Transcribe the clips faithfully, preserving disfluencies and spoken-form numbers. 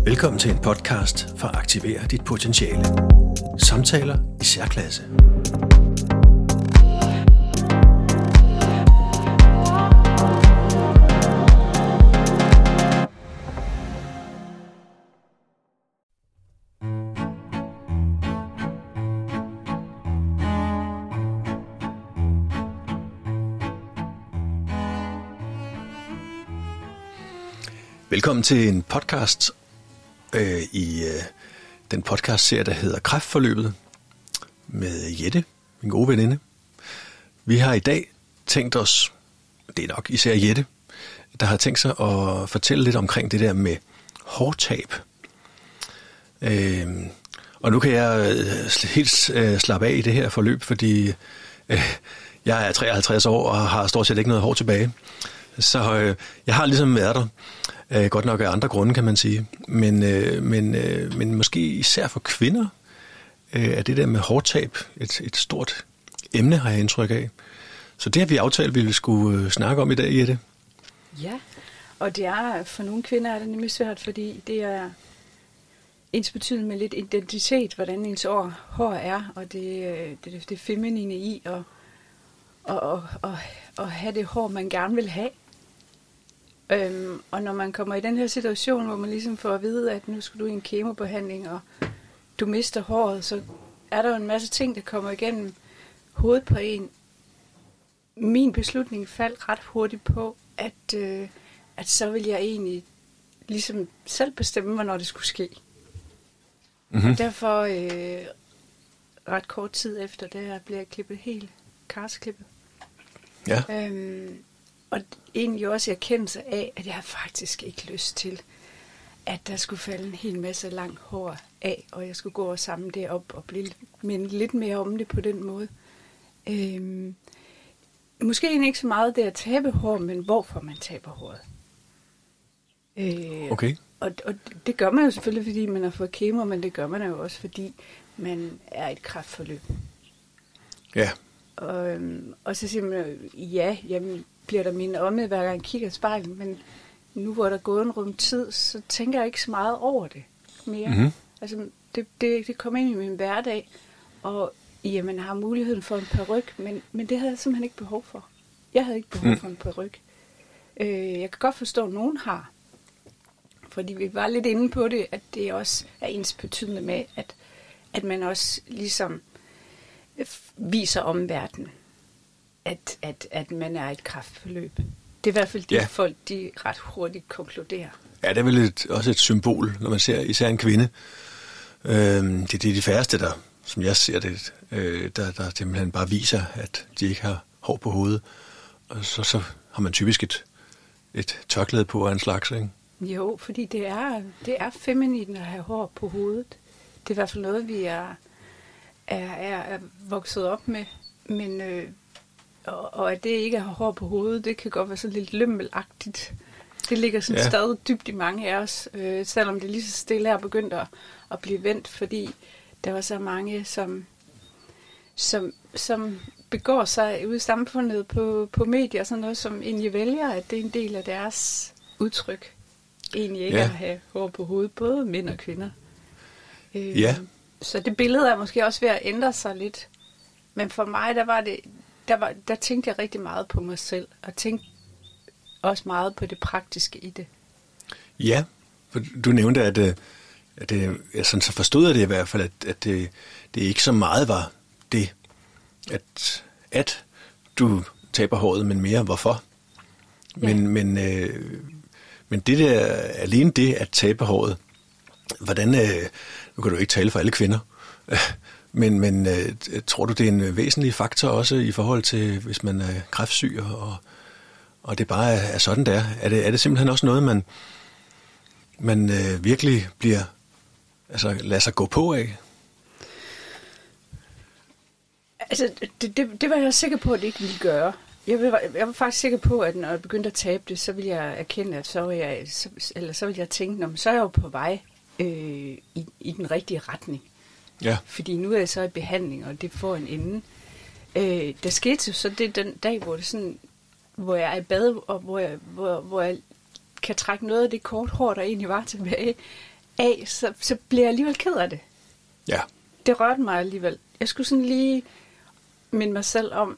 Velkommen til en podcast for at aktivere dit potentiale. Samtaler i særklasse. Velkommen til en podcast øh, i øh, den podcast-serie, der hedder Kræftforløbet med Jette, min gode veninde. Vi har i dag tænkt os, det er nok især Jette, der har tænkt sig at fortælle lidt omkring det der med hårtab. Øh, og nu kan jeg helt øh, slappe af i det her forløb, fordi øh, jeg er treoghalvtreds år og har stort set ikke noget hår tilbage. Så øh, jeg har ligesom været der. Øh, godt nok af andre grunde, kan man sige. Men, øh, men, øh, men måske især for kvinder øh, er det der med hårtab et, et stort emne, har jeg indtryk af. Så det har vi aftalt, at vi skulle øh, snakke om i dag, Jette. Ja, og det er for nogle kvinder er det nemlig svært, fordi det er ens betydning med lidt identitet, hvordan ens hår er, og det, det, det feminine i, og, og, og, og, og have det hår, man gerne vil have. Øhm, og når man kommer i den her situation, hvor man ligesom får at vide, at nu skal du i en kemobehandling, og du mister håret, så er der jo en masse ting, der kommer igennem hovedet på en. Min beslutning faldt ret hurtigt på, at, øh, at så vil jeg egentlig ligesom selv bestemme, hvornår det skulle ske. Mm-hmm. Og derfor øh, ret kort tid efter, der blev jeg klippet helt karsklippet. Ja. Øhm, Og egentlig også erkendelse af, at jeg har faktisk ikke lyst til, at der skulle falde en hel masse langt hår af, og jeg skulle gå og samle det op og blive mindet lidt mere om det på den måde. Øhm, måske egentlig ikke så meget det at tabe hår, men hvorfor man taber håret. Øh, okay. Og, og det gør man jo selvfølgelig, fordi man har fået kemo, men det gør man jo også, fordi man er i et kræftforløb. Ja. Og, øhm, og så siger man, ja, jamen, bliver der mindet om det, hver gang jeg kigger i spejlet, men nu hvor der er gået en rum tid, så tænker jeg ikke så meget over det mere. Mm-hmm. Altså, det, det, det kommer ind i min hverdag, og jamen, jeg har muligheden for en paryk, men, men det havde jeg simpelthen ikke behov for. Jeg havde ikke behov mm. for en paryk. Øh, jeg kan godt forstå, at nogen har, fordi vi var lidt inde på det, at det også er ens betydende med, at, at man også ligesom viser omverdenen, at, at, at man er et kræftforløb. Det er i hvert fald de ja. folk, de ret hurtigt konkluderer. Ja, det er vel et, også et symbol, når man ser især en kvinde. Øhm, det, det er de færreste, der, som jeg ser det, øh, der, der simpelthen bare viser, at de ikke har hår på hovedet. Og så, så har man typisk et, et tørklæde på af en slags, ikke? Jo, fordi det er, det er feminint at have hår på hovedet. Det er i hvert fald noget, vi er, er, er, er vokset op med. Men... Øh, Og, og at det ikke har hår på hovedet, det kan godt være så lidt lømmelagtigt. Det ligger sådan ja. stadig dybt i mange af os, øh, selvom det lige så stille er begyndt at, at blive vendt, fordi der var så mange, som, som, som begår sig ude i samfundet på, på medier og sådan noget, som egentlig vælger, at det er en del af deres udtryk. Egentlig ikke ja. at have hår på hovedet, både mænd og kvinder. Øh, ja. Så det billede er måske også ved at ændre sig lidt. Men for mig, der var det... Der, var, der tænkte jeg rigtig meget på mig selv, og tænkte også meget på det praktiske i det. Ja, for du nævnte, at, at det, jeg sådan så forstod jeg det i hvert fald, at, at det, det ikke så meget var det, at, at du taber håret, men mere hvorfor. Ja. Men, men, øh, men det der, alene det at tabe håret, hvordan, øh, nu kan du ikke tale for alle kvinder, Men, men øh, tror du, det er en væsentlig faktor også i forhold til, hvis man er kræftsyg, og, og det bare er, er sådan, der? Er det, er det simpelthen også noget, man, man øh, virkelig bliver, altså lader sig gå på af? Altså, det, det, det var jeg sikker på, at det ikke ville gøre. Jeg var, jeg var faktisk sikker på, at når jeg begyndte at tabe det, så ville jeg erkende, at så var jeg, så, eller så ville jeg tænke, så er jeg jo på vej øh, i, i den rigtige retning. Ja. Fordi nu er jeg så i behandling, og det får en ende. Øh, der skete så det den dag, hvor det sådan, hvor jeg er i bad, og hvor jeg, hvor, hvor jeg kan trække noget af det kort hår, der egentlig var tilbage. af, så, så blev jeg alligevel ked af det. Ja. Det rørte mig alligevel. Jeg skulle sådan lige minde mig selv om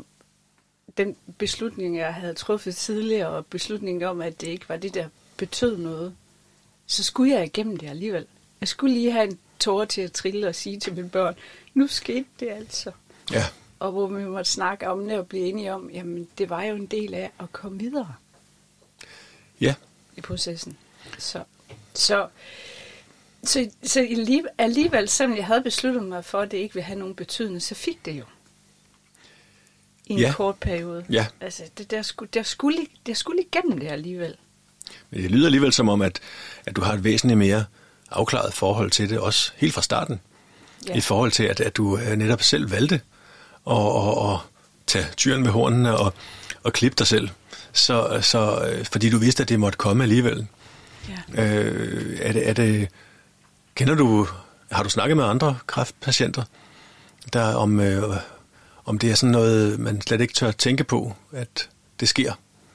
den beslutning, jeg havde truffet tidligere, og beslutningen om, at det ikke var det, der betød noget. Så skulle jeg igennem det alligevel. Jeg skulle lige have en tåre til at trille og sige til mine børn, nu skete det altså. Ja. Og hvor vi måtte snakke om det og blive enige om, jamen det var jo en del af at komme videre. Ja. I processen. Så, så, så, så alligevel, selvom jeg havde besluttet mig for, at det ikke ville have nogen betydning, så fik det jo. I en ja. kort periode. Ja. Altså, det der skulle, der skulle, der skulle igennem det alligevel. Men det lyder alligevel som om, at, at du har et væsentligt mere afklaret forhold til det, også helt fra starten. Ja. I forhold til, at, at du netop selv valgte at, at, at tage tyren ved hornene og, og klippe dig selv. Så, så, fordi du vidste, at det måtte komme alligevel. Ja. Øh, er det, er det, kender du, har du snakket med andre kræftpatienter, der om, øh, om det er sådan noget, man slet ikke tør tænke på, at det sker?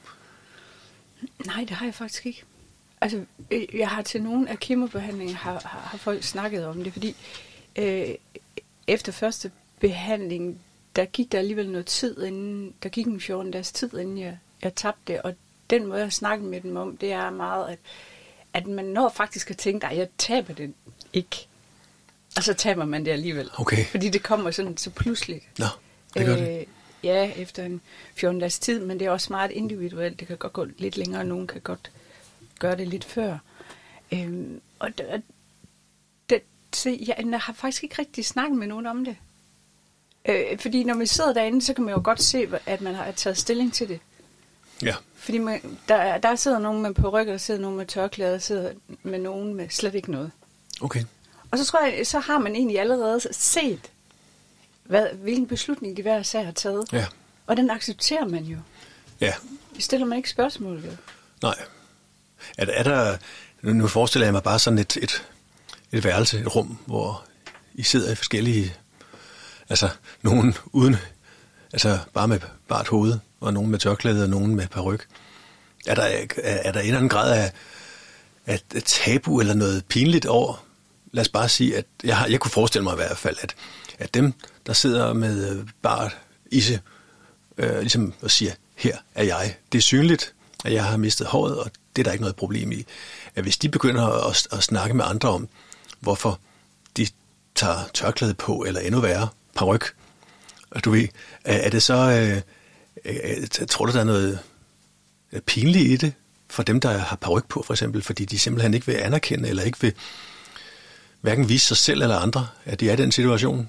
Nej, det har jeg faktisk ikke. Altså, jeg har til nogle af kemobehandlinger, har, har, har folk snakket om det, fordi øh, efter første behandling, der gik der alligevel noget tid inden, der gik en fjorten dages tid, inden jeg, jeg tabte det, og den måde, jeg snakker med dem om, det er meget, at, at man når faktisk at tænke, at jeg taber det ikke, og så taber man det alligevel. Okay. Fordi det kommer sådan så pludseligt. Nå, det gør det. Øh, ja, efter en fjorten dages tid, men det er også meget individuelt. Det kan godt gå lidt længere, og nogen kan godt gøre det lidt før. Øhm, og det, det, så jeg har faktisk ikke rigtig snakket med nogen om det. Øh, fordi når man sidder derinde, så kan man jo godt se, at man har taget stilling til det. Ja. Fordi man, der, der sidder nogen med perukker, der sidder nogen med tørklæder, der sidder med nogen med slet ikke noget. Okay. Og så tror jeg, så har man egentlig allerede set, hvad, hvilken beslutning de hver sag har taget. Ja. Og den accepterer man jo. Ja. Det stiller man ikke spørgsmål ved. Nej. Er, er der, nu forestiller jeg mig bare sådan et, et, et værelse, et rum, hvor I sidder i forskellige, altså nogen uden, altså bare med bart hoved, og nogen med tørklæde, og nogen med paryk. Er der, er, er der en eller anden grad af, af, af tabu eller noget pinligt over? Lad os bare sige, at jeg, har, jeg kunne forestille mig i hvert fald, at, at dem, der sidder med bart isse, øh, ligesom og siger, her er jeg. Det er synligt, at jeg har mistet håret, og det er der ikke noget problem i. At hvis de begynder at, at snakke med andre om, hvorfor de tager tørklæde på, eller endnu værre, paryk, og du ved, er, er det så, øh, øh, tror du, der er noget pinligt i det, for dem, der har paryk på, for eksempel, fordi de simpelthen ikke vil anerkende, eller ikke vil hverken vise sig selv eller andre, at de er i den situation?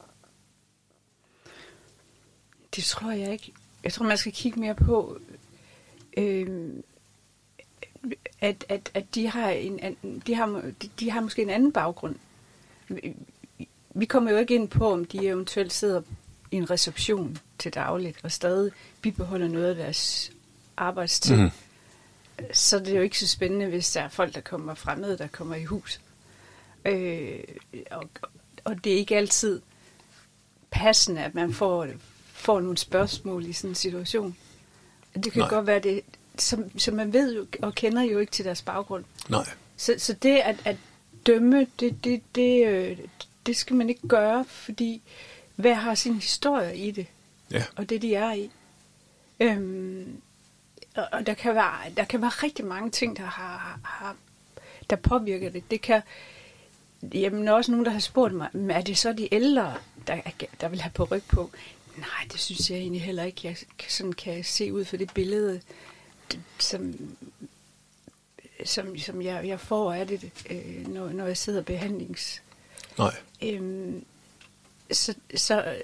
Det tror jeg ikke. Jeg tror, man skal kigge mere på, øh, at, at, at de, har en, de, har, de har måske en anden baggrund. Vi kommer jo ikke ind på, om de eventuelt sidder i en reception til dagligt, og stadig bibeholder noget af deres arbejdstid. Mm. Så det er jo ikke så spændende, hvis der er folk, der kommer fremmede, der kommer i hus. Øh, og, og det er ikke altid passende, at man får, får nogle spørgsmål i sådan en situation. Det kan Nej. godt være det, som, som man ved jo, og kender jo ikke til deres baggrund. Nej. Så, så det at, at dømme, det, det, det, øh, det skal man ikke gøre, fordi hver har sin historie i det, ja. Og det de er i. Øhm, og, og der kan være, der kan være rigtig mange ting, der har, har der påvirker det. Det kan, jamen også nogen, der har spurgt mig, er det så de ældre, der, der vil have paryk på? Nej, det synes jeg egentlig heller ikke. Jeg sådan kan jeg se ud for det billede, som, som, som jeg, jeg får af det, øh, når, når jeg sidder behandlings. Nej. Øhm, så, så,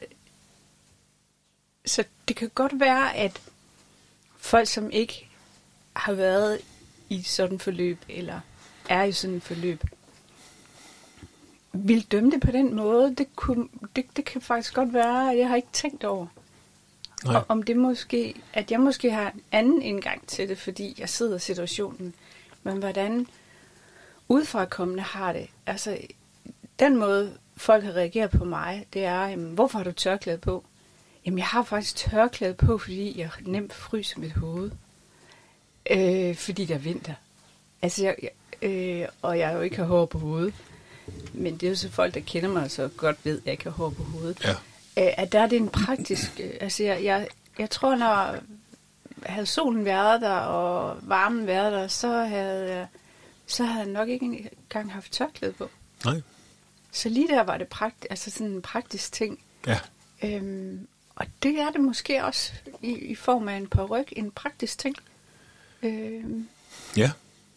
så det kan godt være, at folk, som ikke har været i sådan et forløb, eller er i sådan et forløb, vil dømme det på den måde. Det, kunne, det, det kan faktisk godt være, at jeg har ikke tænkt over. Og om det måske, at jeg måske har en anden indgang til det, fordi jeg sidder i situationen. Men hvordan udefrakommende har det? Altså, den måde, folk har reageret på mig, det er, jamen, hvorfor har du tørklæde på? Jamen, jeg har faktisk tørklæde på, fordi jeg nemt fryser mit hoved. Øh, fordi der er vinter. Altså, jeg, jeg, øh, og jeg jo ikke har hår på hovedet, men det er jo så folk, der kender mig, så godt ved, at jeg ikke har hår på hovedet. Ja. Øh, at der er det en praktisk... Øh, altså, jeg, jeg, jeg tror, når havde solen været der, og varmen været der, så havde jeg, så havde jeg nok ikke engang haft tørklæde på. Nej. Så lige der var det prakt, altså sådan en praktisk ting. Ja. Øhm, og det er det måske også i, i form af en paryk, en praktisk ting. Øhm, Ja.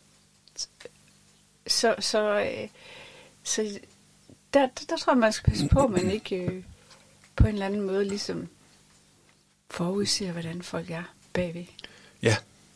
så så, øh, så der, der, der tror jeg, man skal passe på, at man ikke øh, på en eller anden måde ligesom forudser, hvordan folk er bagved. Ja.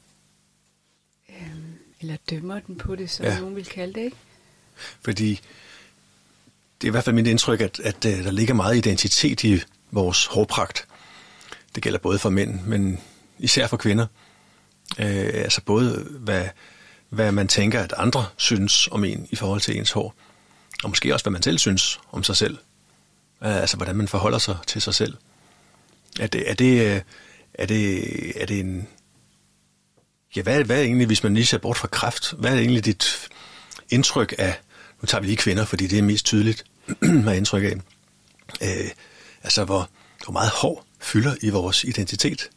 Øhm, eller dømmer den på det, som Ja. nogen vil kalde det, ikke? Fordi det er i hvert fald mit indtryk, at, at der ligger meget identitet i vores hårpragt. Det gælder både for mænd, men især for kvinder. Øh, altså både, hvad, hvad man tænker, at andre synes om en i forhold til ens hår. Og måske også, hvad man selv synes om sig selv. Altså, hvordan man forholder sig til sig selv. Er det, er det, er det, er det en... Ja, hvad, hvad er egentlig, hvis man lige ser bort fra kræft, hvad er egentlig dit indtryk af... Nu tager vi lige kvinder, fordi det er mest tydeligt, hvad indtryk af. Øh, altså, hvor, hvor meget hår fylder i vores identitet.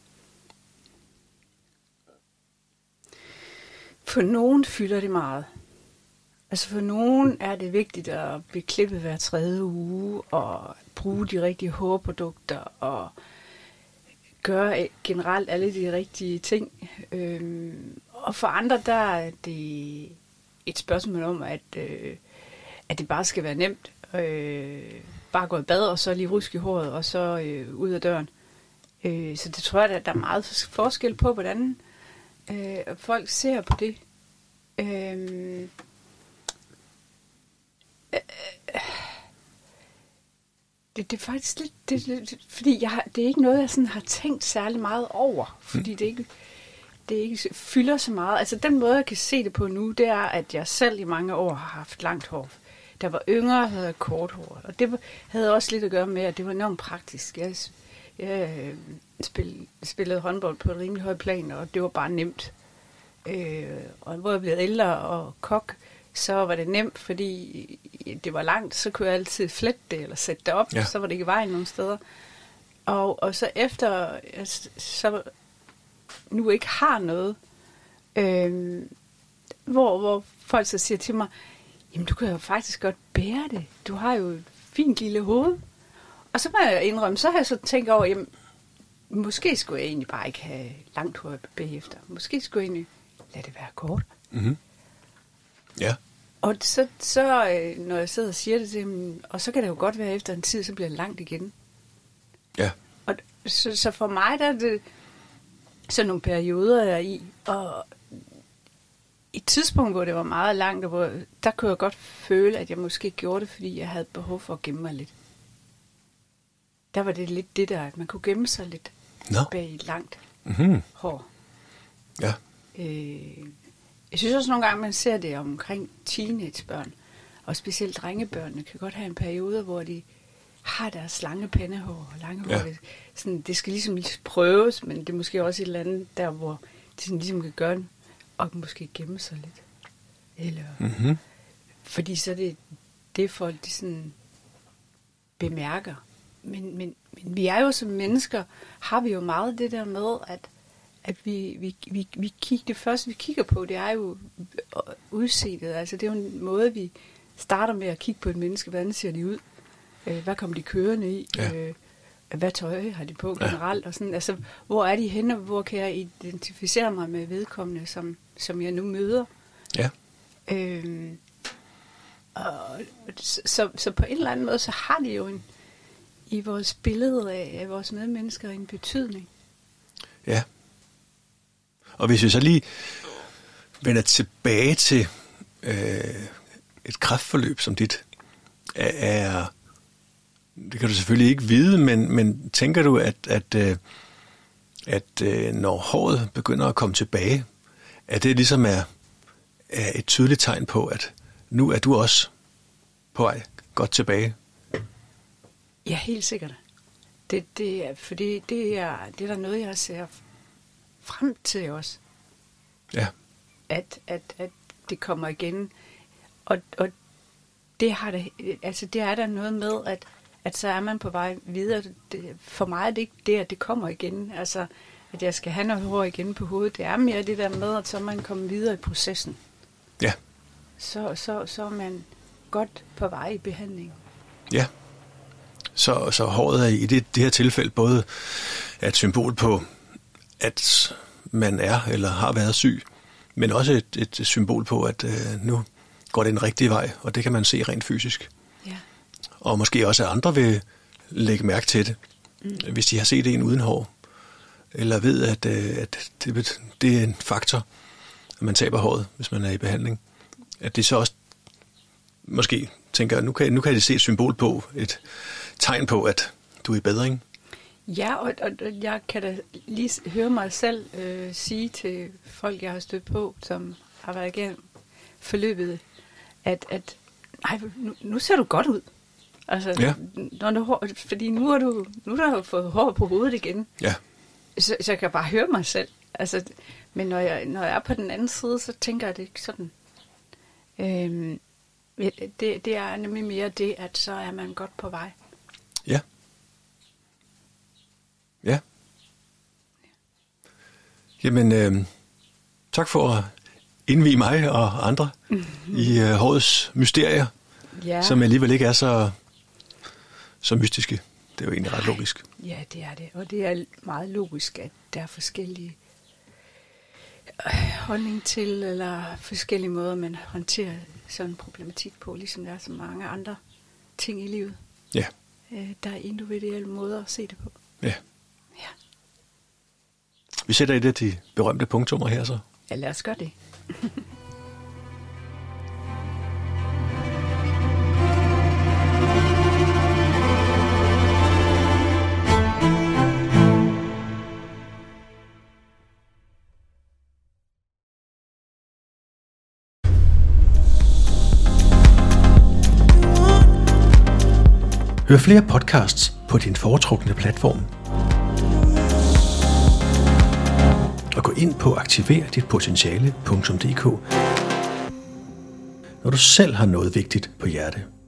For nogen fylder det meget. Altså for nogen er det vigtigt at blive klippet hver tredje uge, og bruge de rigtige hårprodukter, og gøre generelt alle de rigtige ting. Øhm, og for andre, der er det et spørgsmål om, at, øh, at det bare skal være nemt. Øh, bare gå i bad, og så lige ruske i håret, og så øh, ud af døren. Øh, så det tror jeg, at der er meget forskel på, hvordan øh, folk ser på det. Øh, Det, det er faktisk lidt, det, det, fordi jeg har, det er ikke noget, jeg sådan har tænkt særlig meget over, fordi det ikke, det ikke fylder så meget. Altså den måde, jeg kan se det på nu, det er, at jeg selv i mange år har haft langt hår. Da jeg var yngre, havde jeg kort hår, og det havde også lidt at gøre med, at det var enormt praktisk. Jeg, jeg spil, spillede håndbold på et rimelig højt plan, og det var bare nemt. Øh, og hvor jeg blev ældre og kok, så var det nemt, fordi det var langt, så kunne jeg altid flette det, eller sætte det op, ja. Så var det ikke i vejen nogen steder. Og, og så efter, jeg så nu ikke har noget, øh, hvor, hvor folk så siger til mig, jamen du kan jo faktisk godt bære det, du har jo et fint lille hoved. Og så må jeg indrømme, så har jeg så tænkt over, jamen måske skulle jeg egentlig bare ikke have langt hår bagefter. Måske skulle jeg egentlig lade det være kort. Mhm. Ja. Og så, så når jeg sidder og siger det til dem, og så kan det jo godt være efter en tid, så bliver det langt igen. Ja. Og så, så for mig der er det sådan nogle perioder, jeg er i, og et tidspunkt, hvor det var meget langt, og hvor, der kunne jeg godt føle, at jeg måske gjorde det, fordi jeg havde behov for at gemme mig lidt. Der var det lidt det der, at man kunne gemme sig lidt no. bag et langt mm-hmm. hår. Ja. Øh, Jeg synes også nogle gange, man ser det omkring teenagebørn, og specielt drengebørnene kan godt have en periode, hvor de har deres lange pandehår og lange hår. Ja. Det, sådan, det skal ligesom prøves, men det er måske også et eller andet der, hvor de sådan ligesom kan gøre det, og måske gemme sig lidt. Eller, mm-hmm. Fordi så er det det, folk de sådan bemærker. Men, men, men vi er jo som mennesker, har vi jo meget det der med, at at vi, vi, vi, vi kigger, det første, vi kigger på, det er jo udseendet. Altså, det er jo en måde, vi starter med at kigge på et menneske. Hvordan ser de ud? Hvad kommer de kørende i? Ja. Hvad tøj har de på generelt? Ja. Og sådan, altså, hvor er de henne? Hvor kan jeg identificere mig med vedkommende, som, som jeg nu møder? Ja. Øhm, og, så, så på en eller anden måde, så har det jo en, i vores billede af, af vores medmennesker en betydning. Ja. Og hvis vi så lige vender tilbage til øh, et kræftforløb som dit, er, er, det kan du selvfølgelig ikke vide, men, men tænker du, at, at, at, at når håret begynder at komme tilbage, at det ligesom er, er et tydeligt tegn på, at nu er du også på vej godt tilbage? Ja, helt sikkert. Det, det er, fordi det er, det er der noget, jeg ser frem til også. Ja. At, at, at det kommer igen. Og, og det, har det, altså det er der noget med, at, at så er man på vej videre. Det, for mig er det ikke det, at det kommer igen. Altså, at jeg skal have noget hår igen på hovedet. Det er mere det der med, at så man kommer videre i processen. Ja. Så, så, så er man godt på vej i behandling. Ja. Så, så håret er i det, det her tilfælde både et symbol på, at man er eller har været syg, men også et, et symbol på, at øh, nu går det den rigtige vej, og det kan man se rent fysisk. Ja. Og måske også, at andre vil lægge mærke til det, mm. hvis de har set en uden hår, eller ved, at, øh, at det, det er en faktor, at man taber håret, hvis man er i behandling. At det så også måske tænker, nu kan, nu kan de se et symbol på, et tegn på, at du er i bedring. Ja, og, og, og jeg kan da lige høre mig selv øh, sige til folk, jeg har stødt på, som har været igennem forløbet, at, at ej, nu, nu ser du godt ud. Altså, ja. når du, fordi nu har du nu har du fået hår på hovedet igen. Ja. Så, så jeg kan bare høre mig selv. Altså, men når jeg, når jeg er på den anden side, så tænker jeg det ikke sådan. Øhm, det, det er nemlig mere det, at så er man godt på vej. Ja. Ja. Jamen, øh, tak for at indvie mig og andre mm-hmm. i øh, hårets mysterier, ja. Som alligevel ikke er så, så mystiske. Det er jo egentlig ret logisk. Ja, det er det. Og det er meget logisk, at der er forskellige holdning til, eller forskellige måder, man håndterer sådan en problematik på, ligesom der er så mange andre ting i livet. Ja. Der er individuelle måder at se det på. Ja. Ja. Vi sætter i det de berømte punktummer her så. Ja, lad os gøre det. Hør flere podcasts på din foretrukne platform. Og gå ind på aktiver dit potentiale punktum d k, når du selv har noget vigtigt på hjerte.